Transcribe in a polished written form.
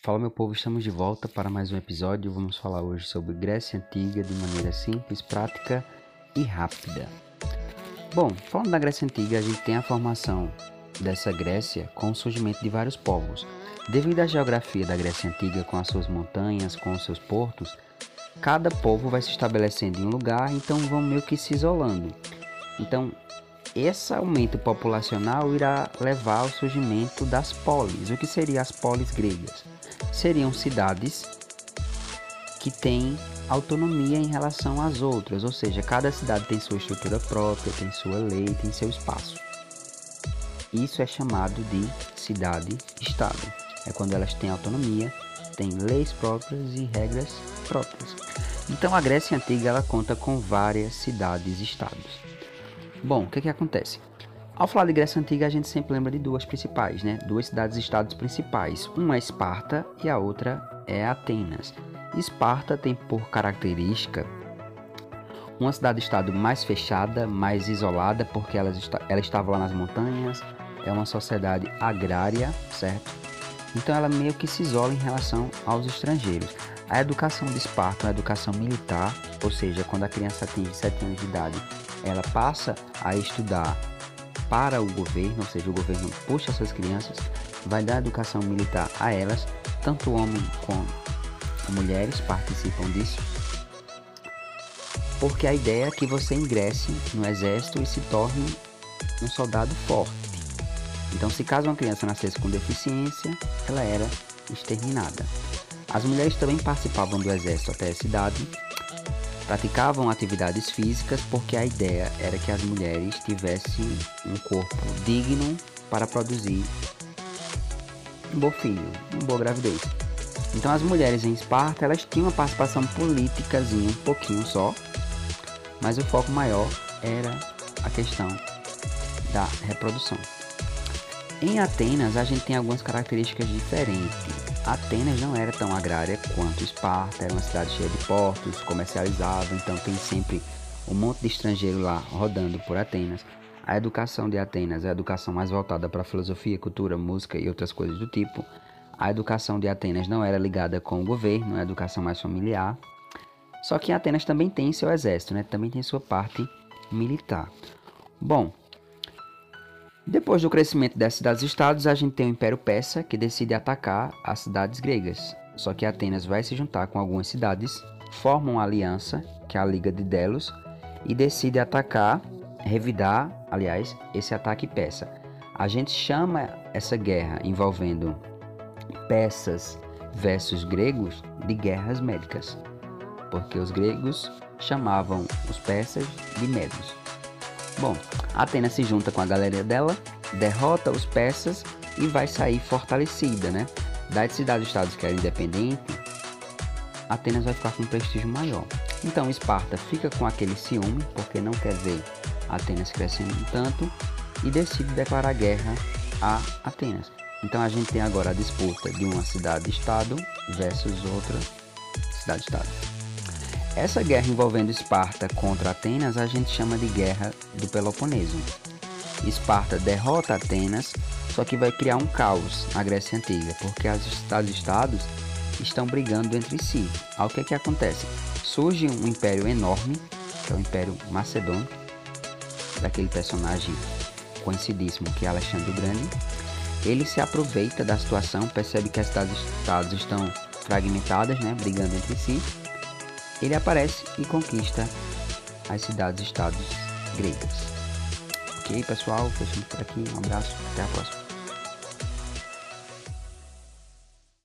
Fala, meu povo, estamos de volta para mais um episódio. Vamos falar hoje sobre Grécia Antiga de maneira simples, prática e rápida. Bom, falando da Grécia Antiga, a gente tem a formação dessa Grécia com o surgimento de vários povos. Devido à geografia da Grécia Antiga, com as suas montanhas, com os seus portos, cada povo vai se estabelecendo em um lugar, então vão meio que se isolando. Então, esse aumento populacional irá levar ao surgimento das polis. O que seriam as polis gregas? Seriam cidades que têm autonomia em relação às outras, ou seja, cada cidade tem sua estrutura própria, tem sua lei, tem seu espaço. Isso é chamado de cidade-estado. É quando elas têm autonomia, têm leis próprias e regras próprias. Então a Grécia Antiga ela conta com várias cidades-estados. Bom, o que acontece? Ao falar de Grécia Antiga, a gente sempre lembra de duas principais, né? Duas cidades-estados principais. Uma é Esparta e a outra é Atenas. Esparta tem por característica uma cidade-estado mais fechada, mais isolada, porque ela estava lá nas montanhas, é uma sociedade agrária, certo? Então ela meio que se isola em relação aos estrangeiros. A educação de Esparta é uma educação militar, ou seja, quando a criança atinge 7 anos de idade, ela passa a estudar para o governo, ou seja, o governo puxa essas crianças, vai dar educação militar a elas, tanto homens como mulheres participam disso, porque a ideia é que você ingresse no exército e se torne um soldado forte. Então, se caso uma criança nascesse com deficiência, ela era exterminada. As mulheres também participavam do exército até essa idade, praticavam atividades físicas porque a ideia era que as mulheres tivessem um corpo digno para produzir um bom filho, uma boa gravidez. Então as mulheres em Esparta elas tinham uma participação políticazinha um pouquinho só, mas o foco maior era a questão da reprodução. Em Atenas a gente tem algumas características diferentes. Atenas não era tão agrária quanto Esparta, era uma cidade cheia de portos, comercializava, então tem sempre um monte de estrangeiro lá rodando por Atenas. A educação de Atenas é a educação mais voltada para filosofia, cultura, música e outras coisas do tipo. A educação de Atenas não era ligada com o governo, é a educação mais familiar. Só que Atenas também tem seu exército, né? Também tem sua parte militar. Bom, depois do crescimento das cidades-estados, a gente tem o Império Persa, que decide atacar as cidades gregas. Só que Atenas vai se juntar com algumas cidades, formam uma aliança, que é a Liga de Delos, e decide atacar, revidar, aliás, esse ataque persa. A gente chama essa guerra envolvendo persas versus gregos de guerras médicas, porque os gregos chamavam os persas de medos. Bom, Atenas se junta com a galera dela, derrota os persas e vai sair fortalecida, né? Das cidades-estados que eram independentes, Atenas vai ficar com um prestígio maior. Então Esparta fica com aquele ciúme, porque não quer ver Atenas crescendo tanto, e decide declarar guerra a Atenas. Então a gente tem agora a disputa de uma cidade-estado versus outra cidade-estado. Essa guerra envolvendo Esparta contra Atenas a gente chama de Guerra do Peloponeso. Esparta derrota Atenas, só que vai criar um caos na Grécia Antiga, porque as cidades-estados estão brigando entre si. Aí o que acontece? Surge um império enorme, que é o Império Macedônio, daquele personagem conhecidíssimo que é Alexandre o Grande. Ele se aproveita da situação, percebe que as cidades-estados estão fragmentadas, né, brigando entre si. Ele aparece e conquista as cidades-estados gregas. Ok, pessoal? Fechamos por aqui. Um abraço. Até a próxima.